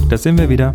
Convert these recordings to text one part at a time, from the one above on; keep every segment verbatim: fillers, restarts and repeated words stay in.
da sind wir wieder.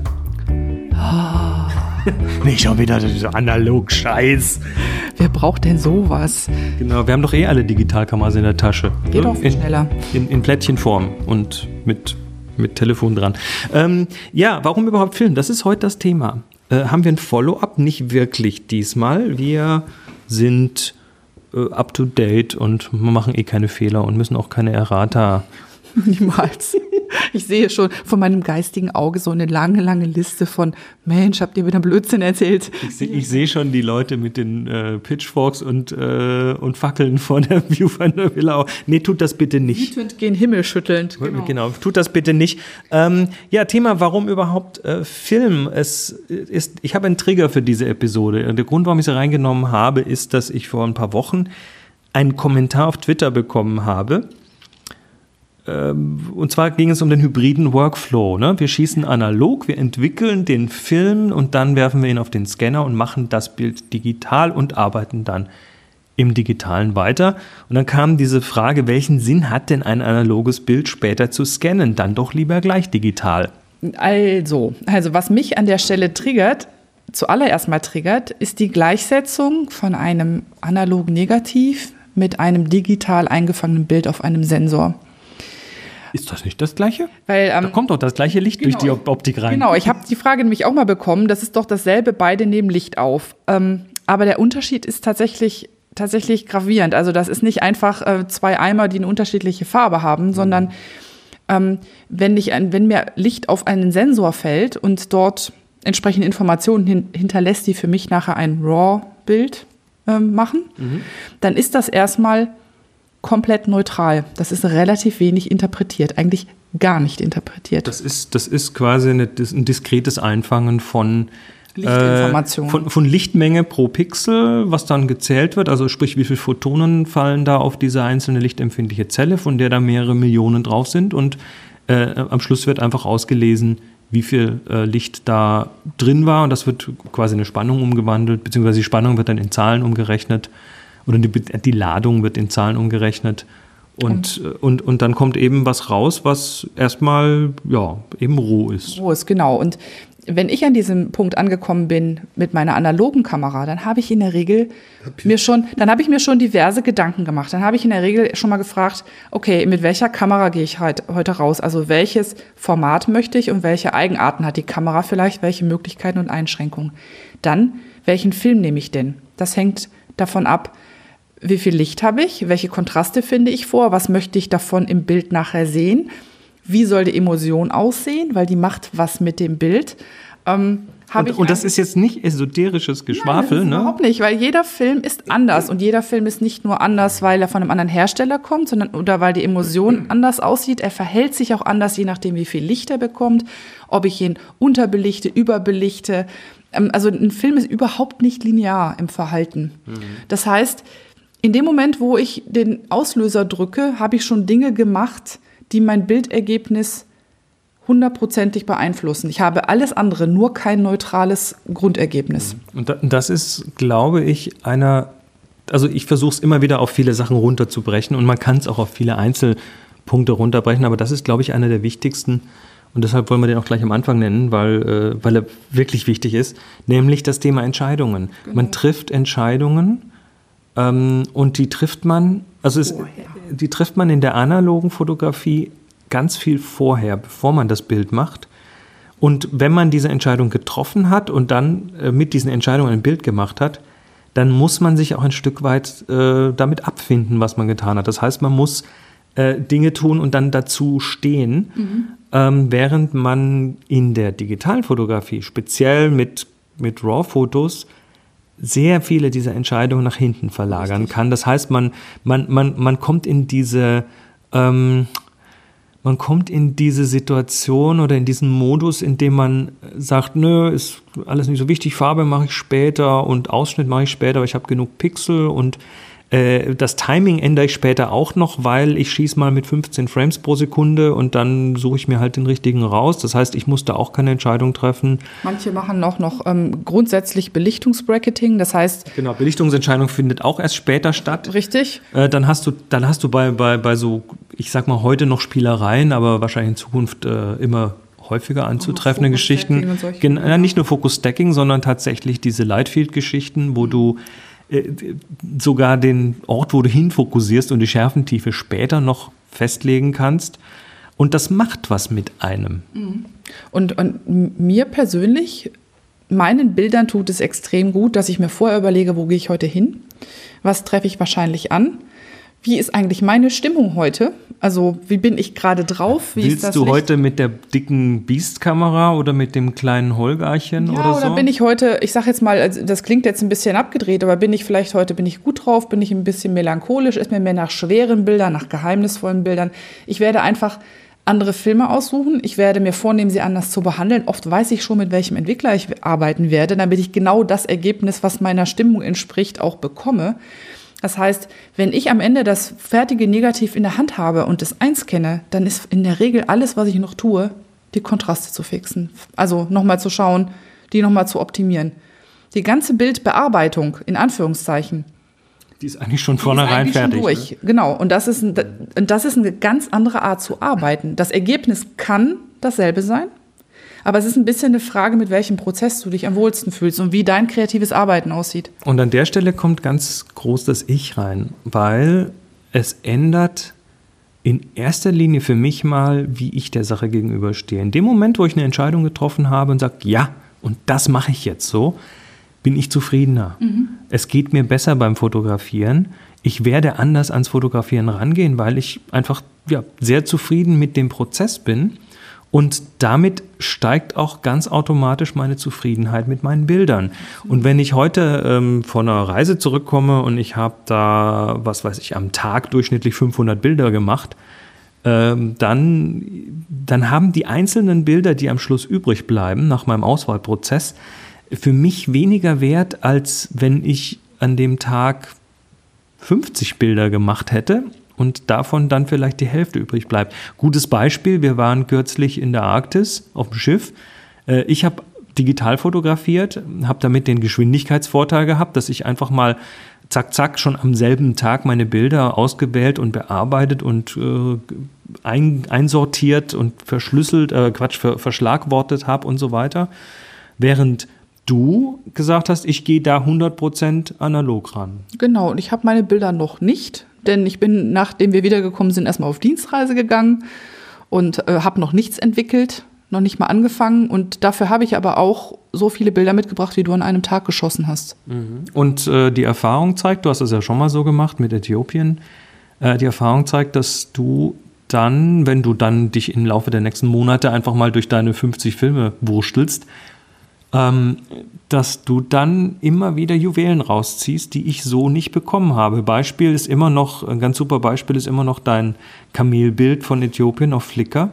Nicht schon wieder so Analog-Scheiß. Wer braucht denn sowas? Genau, wir haben doch eh alle Digitalkameras in der Tasche. Geht auch viel schneller. In, in Plättchenform und mit, mit Telefon dran. Ähm, ja, warum überhaupt filmen? Das ist heute das Thema. Äh, haben wir ein Follow-up? Nicht wirklich diesmal. Wir sind äh, up to date und machen eh keine Fehler und müssen auch keine Errata. Niemals. Ich sehe schon von meinem geistigen Auge so eine lange, lange Liste von Mensch, habt ihr wieder Blödsinn erzählt? Ich sehe ich seh schon die Leute mit den äh, Pitchforks und, äh, und Fackeln vor der Viewfinder Villa. Nee, tut das bitte nicht. Wütend gen Himmel schüttelnd. Genau. genau, tut das bitte nicht. Ähm, ja, Thema, warum überhaupt äh, Film? Es ist, ich habe einen Trigger für diese Episode. Der Grund, warum ich sie reingenommen habe, ist, dass ich vor ein paar Wochen einen Kommentar auf Twitter bekommen habe. Und zwar ging es um den hybriden Workflow. Ne? Wir schießen analog, wir entwickeln den Film und dann werfen wir ihn auf den Scanner und machen das Bild digital und arbeiten dann im Digitalen weiter. Und dann kam diese Frage, welchen Sinn hat denn ein analoges Bild später zu scannen? Dann doch lieber gleich digital. Also, also was mich an der Stelle triggert, zuallererst mal triggert, ist die Gleichsetzung von einem analogen Negativ mit einem digital eingefangenen Bild auf einem Sensor. Ist das nicht das Gleiche? Weil, ähm, da kommt doch das gleiche Licht genau, durch die Optik rein. Genau, ich habe die Frage nämlich auch mal bekommen. Das ist doch dasselbe, beide nehmen Licht auf. Ähm, aber der Unterschied ist tatsächlich, tatsächlich gravierend. Also das ist nicht einfach äh, zwei Eimer, die eine unterschiedliche Farbe haben, mhm. sondern ähm, wenn, ich ein, wenn mir Licht auf einen Sensor fällt und dort entsprechende Informationen hin, hinterlässt, die für mich nachher ein RAW-Bild äh, machen, mhm. dann ist das erstmal komplett neutral. Das ist relativ wenig interpretiert, eigentlich gar nicht interpretiert. Das ist, das ist quasi eine, das ein diskretes Einfangen von Lichtinformation. Äh, von, von Lichtmenge pro Pixel, was dann gezählt wird, also sprich, wie viele Photonen fallen da auf diese einzelne lichtempfindliche Zelle, von der da mehrere Millionen drauf sind und äh, am Schluss wird einfach ausgelesen, wie viel äh, Licht da drin war und das wird quasi in eine Spannung umgewandelt, beziehungsweise die Spannung wird dann in Zahlen umgerechnet. Oder die, die Ladung wird in Zahlen umgerechnet und, mhm. und, und dann kommt eben was raus, was erstmal ja, eben roh ist. Roh ist, genau. Und wenn ich an diesem Punkt angekommen bin mit meiner analogen Kamera, dann habe ich in der Regel mir schon, dann habe ich mir schon diverse Gedanken gemacht. Dann habe ich in der Regel schon mal gefragt, okay, mit welcher Kamera gehe ich heute, heute raus? Also welches Format möchte ich und welche Eigenarten hat die Kamera vielleicht, welche Möglichkeiten und Einschränkungen? Dann, welchen Film nehme ich denn? Das hängt davon ab, wie viel Licht habe ich, welche Kontraste finde ich vor, was möchte ich davon im Bild nachher sehen, wie soll die Emulsion aussehen, weil die macht was mit dem Bild. Ähm, und, und das ist jetzt nicht esoterisches Geschwafel, Nein, das ist ne? Überhaupt nicht, weil jeder Film ist anders und jeder Film ist nicht nur anders, weil er von einem anderen Hersteller kommt, sondern oder weil die Emulsion anders aussieht. Er verhält sich auch anders, je nachdem, wie viel Licht er bekommt, ob ich ihn unterbelichte, überbelichte. Ähm, also ein Film ist überhaupt nicht linear im Verhalten. Mhm. Das heißt, in dem Moment, wo ich den Auslöser drücke, habe ich schon Dinge gemacht, die mein Bildergebnis hundertprozentig beeinflussen. Ich habe alles andere, nur kein neutrales Grundergebnis. Und das ist, glaube ich, einer, also ich versuche es immer wieder auf viele Sachen runterzubrechen und man kann es auch auf viele Einzelpunkte runterbrechen, aber das ist, glaube ich, einer der wichtigsten und deshalb wollen wir den auch gleich am Anfang nennen, weil, äh, weil er wirklich wichtig ist, nämlich das Thema Entscheidungen. Genau. Man trifft Entscheidungen, Ähm, und die trifft man, also es, oh, ja. die trifft man in der analogen Fotografie ganz viel vorher, bevor man das Bild macht. Und wenn man diese Entscheidung getroffen hat und dann äh, mit diesen Entscheidungen ein Bild gemacht hat, dann muss man sich auch ein Stück weit äh, damit abfinden, was man getan hat. Das heißt, man muss äh, Dinge tun und dann dazu stehen, mhm. ähm, während man in der digitalen Fotografie, speziell mit, mit RAW-Fotos, sehr viele dieser Entscheidungen nach hinten verlagern Richtig. kann. Das heißt, man, man, man, man kommt in diese ähm, man kommt in diese Situation oder in diesen Modus, in dem man sagt, nö, ist alles nicht so wichtig, Farbe mache ich später und Ausschnitt mache ich später, aber ich habe genug Pixel und äh, das Timing ändere ich später auch noch, weil ich schieße mal mit fünfzehn Frames pro Sekunde und dann suche ich mir halt den richtigen raus. Das heißt, ich muss da auch keine Entscheidung treffen. Manche machen auch noch ähm, grundsätzlich Belichtungsbracketing, das heißt... Genau, Belichtungsentscheidung findet auch erst später statt. Richtig. Äh, dann hast du, dann hast du bei, bei, bei so, ich sag mal heute noch Spielereien, aber wahrscheinlich in Zukunft äh, immer häufiger anzutreffende Geschichten. Gen- ja, nicht nur Focus-Stacking, sondern tatsächlich diese Lightfield-Geschichten, wo du äh, sogar den Ort, wo du hinfokussierst und die Schärfentiefe später noch festlegen kannst. Und das macht was mit einem. Und, und mir persönlich, meinen Bildern tut es extrem gut, dass ich mir vorher überlege, wo gehe ich heute hin? Was treffe ich wahrscheinlich an? Wie ist eigentlich meine Stimmung heute? Also wie bin ich gerade drauf? Wie Willst ist das du Licht? heute mit der dicken Beast-Kamera oder mit dem kleinen Holgerchen Ja, oder so? oder bin ich heute, ich sage jetzt mal, also das klingt jetzt ein bisschen abgedreht, aber bin ich vielleicht heute, bin ich gut drauf, bin ich ein bisschen melancholisch, ist mir mehr nach schweren Bildern, nach geheimnisvollen Bildern. Ich werde einfach andere Filme aussuchen. Ich werde mir vornehmen, sie anders zu behandeln. Oft weiß ich schon, mit welchem Entwickler ich arbeiten werde, damit ich genau das Ergebnis, was meiner Stimmung entspricht, auch bekomme. Das heißt, wenn ich am Ende das fertige Negativ in der Hand habe und es einscanne, dann ist in der Regel alles, was ich noch tue, die Kontraste zu fixen. Also nochmal zu schauen, die nochmal zu optimieren. Die ganze Bildbearbeitung, in Anführungszeichen, die ist eigentlich schon vornherein fertig. Schon durch. Ne? Genau, und das ist, ein, das ist eine ganz andere Art zu arbeiten. Das Ergebnis kann dasselbe sein, aber es ist ein bisschen eine Frage, mit welchem Prozess du dich am wohlsten fühlst und wie dein kreatives Arbeiten aussieht. Und an der Stelle kommt ganz groß das Ich rein, weil es ändert in erster Linie für mich mal, wie ich der Sache gegenüberstehe. In dem Moment, wo ich eine Entscheidung getroffen habe und sage, ja, und das mache ich jetzt so, bin ich zufriedener. Mhm. Es geht mir besser beim Fotografieren. Ich werde anders ans Fotografieren rangehen, weil ich einfach ja, sehr zufrieden mit dem Prozess bin. Und damit steigt auch ganz automatisch meine Zufriedenheit mit meinen Bildern. Und wenn ich heute ähm, von einer Reise zurückkomme und ich habe da, was weiß ich, am Tag durchschnittlich fünfhundert Bilder gemacht, ähm, dann, dann haben die einzelnen Bilder, die am Schluss übrig bleiben, nach meinem Auswahlprozess, für mich weniger wert, als wenn ich an dem Tag fünfzig Bilder gemacht hätte und davon dann vielleicht die Hälfte übrig bleibt. Gutes Beispiel, wir waren kürzlich in der Arktis auf dem Schiff. Ich habe digital fotografiert, habe damit den Geschwindigkeitsvorteil gehabt, dass ich einfach mal zack, zack, schon am selben Tag meine Bilder ausgewählt und bearbeitet und äh, ein, einsortiert und verschlüsselt, äh, Quatsch, ver, verschlagwortet habe und so weiter. Während du gesagt hast, ich gehe da hundert Prozent analog ran. Genau, und ich habe meine Bilder noch nicht, denn ich bin, nachdem wir wiedergekommen sind, erstmal auf Dienstreise gegangen und äh, habe noch nichts entwickelt, noch nicht mal angefangen. Und dafür habe ich aber auch so viele Bilder mitgebracht, wie du an einem Tag geschossen hast. Mhm. Und äh, die Erfahrung zeigt, du hast es ja schon mal so gemacht mit Äthiopien, äh, die Erfahrung zeigt, dass du dann, wenn du dann dich im Laufe der nächsten Monate einfach mal durch deine fünfzig Filme wurstelst, ähm, dass du dann immer wieder Juwelen rausziehst, die ich so nicht bekommen habe. Beispiel ist immer noch, ein ganz super Beispiel ist immer noch dein Kamelbild von Äthiopien auf Flickr,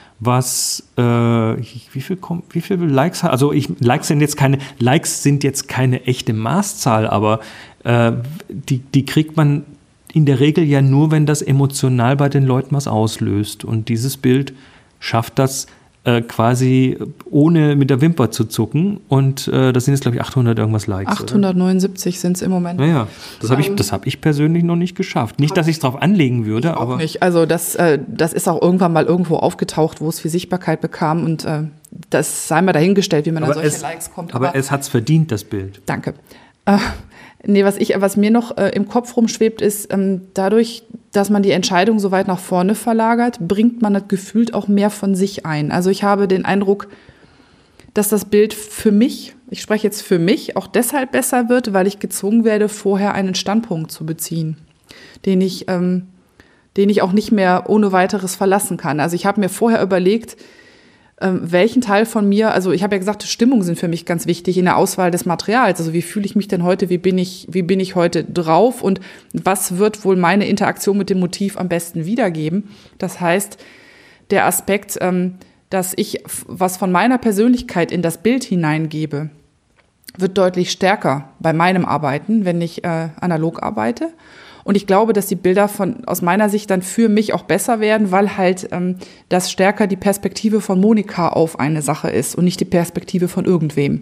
was, äh, wie viel, wie viel Likes hat, also ich, Likes sind jetzt keine, Likes sind jetzt keine echte Maßzahl, aber äh, die, die kriegt man in der Regel ja nur, wenn das emotional bei den Leuten was auslöst. Und dieses Bild schafft das äh, quasi ohne mit der Wimper zu zucken. Und äh, das sind jetzt, glaube ich, achthundert irgendwas Likes. achthundertneunundsiebzig sind es im Moment. Naja, das habe ich, das hab ich persönlich noch nicht geschafft. Nicht, dass ich es drauf anlegen würde, ich auch aber. Nicht. Also, das, äh, das ist auch irgendwann mal irgendwo aufgetaucht, wo es viel Sichtbarkeit bekam. Und äh, das sei mal dahingestellt, wie man an solche es, Likes kommt. Aber, aber es hat es verdient, das Bild. Danke. Äh, Nee, was, ich, was mir noch äh, im Kopf rumschwebt, ist, ähm, dadurch, dass man die Entscheidung so weit nach vorne verlagert, bringt man das gefühlt auch mehr von sich ein. Also ich habe den Eindruck, dass das Bild für mich, ich spreche jetzt für mich, auch deshalb besser wird, weil ich gezwungen werde, vorher einen Standpunkt zu beziehen, den ich, ähm, den ich auch nicht mehr ohne weiteres verlassen kann. Also ich habe mir vorher überlegt, Ähm, welchen Teil von mir, also ich habe ja gesagt, Stimmungen sind für mich ganz wichtig in der Auswahl des Materials. Also wie fühle ich mich denn heute, wie bin ich, wie bin ich heute drauf und was wird wohl meine Interaktion mit dem Motiv am besten wiedergeben? Das heißt, der Aspekt, ähm, dass ich was von meiner Persönlichkeit in das Bild hineingebe, wird deutlich stärker bei meinem Arbeiten, wenn ich äh, analog arbeite. Und ich glaube, dass die Bilder von, aus meiner Sicht dann für mich auch besser werden, weil halt ähm, das stärker die Perspektive von Monika auf eine Sache ist und nicht die Perspektive von irgendwem.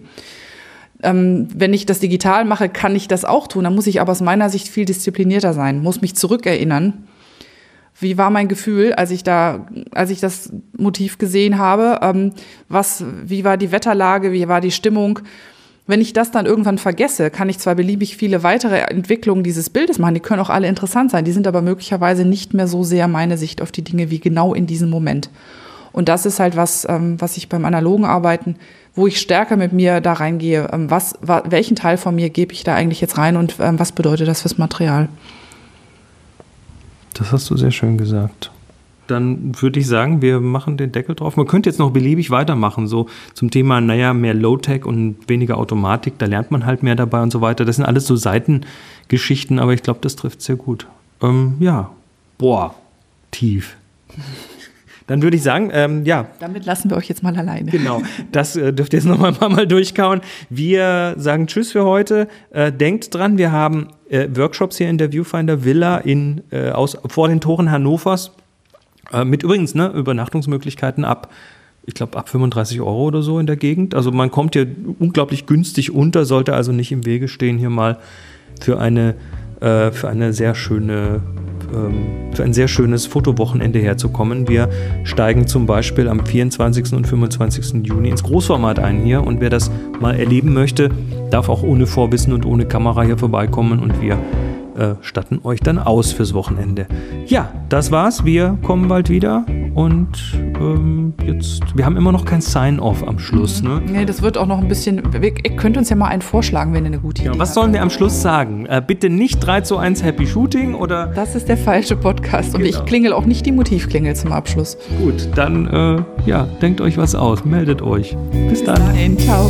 Ähm, wenn ich das digital mache, kann ich das auch tun. Dann muss ich aber aus meiner Sicht viel disziplinierter sein, muss mich zurückerinnern. Wie war mein Gefühl, als ich da, als ich das Motiv gesehen habe? Ähm, was, wie war die Wetterlage? Wie war die Stimmung? Wenn ich das dann irgendwann vergesse, kann ich zwar beliebig viele weitere Entwicklungen dieses Bildes machen, die können auch alle interessant sein, die sind aber möglicherweise nicht mehr so sehr meine Sicht auf die Dinge wie genau in diesem Moment. Und das ist halt was, ähm, was ich beim analogen Arbeiten, wo ich stärker mit mir da reingehe, ähm, was, wa, welchen Teil von mir gebe ich da eigentlich jetzt rein und ähm, was bedeutet das fürs Material? Das hast du sehr schön gesagt. Dann würde ich sagen, wir machen den Deckel drauf. Man könnte jetzt noch beliebig weitermachen, so zum Thema, naja, mehr Low-Tech und weniger Automatik, da lernt man halt mehr dabei und so weiter. Das sind alles so Seitengeschichten, aber ich glaube, das trifft sehr gut. Ähm, ja, boah, tief. Dann würde ich sagen, ähm, ja. Damit lassen wir euch jetzt mal alleine. Genau, das äh, dürft ihr jetzt noch mal ein paar Mal durchkauen. Wir sagen Tschüss für heute. Äh, denkt dran, wir haben äh, Workshops hier in der Viewfinder Villa in, äh, aus, vor den Toren Hannovers. Äh, mit übrigens ne, Übernachtungsmöglichkeiten ab, ich glaube, ab fünfunddreißig Euro oder so in der Gegend. Also man kommt hier unglaublich günstig unter, sollte also nicht im Wege stehen, hier mal für eine, äh, für eine sehr schöne für ein sehr schönes Fotowochenende herzukommen. Wir steigen zum Beispiel am vierundzwanzigsten und fünfundzwanzigsten Juni ins Großformat ein hier und wer das mal erleben möchte, darf auch ohne Vorwissen und ohne Kamera hier vorbeikommen und wir äh, statten euch dann aus fürs Wochenende. Ja, das war's. Wir kommen bald wieder und ähm, jetzt, wir haben immer noch kein Sign-Off am Schluss. Mhm. Ne? Nee, das wird auch noch ein bisschen, ihr könnt uns ja mal einen vorschlagen, wenn ihr eine gute Idee habt. Ja, was sollen wir am Schluss sagen? Äh, bitte nicht drei zu eins Happy Shooting oder? Das ist der falsche Podcast und genau. Ich klingel auch nicht die Motivklingel zum Abschluss. Gut, dann äh, ja, denkt euch was aus, meldet euch. Bis, Bis dann. Dahin, ciao.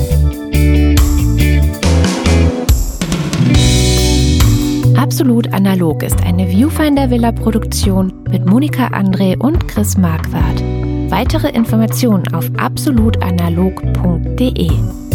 Absolut analog ist eine Viewfinder Villa Produktion mit Monika André und Chris Marquardt. Weitere Informationen auf absolutanalog punkt de.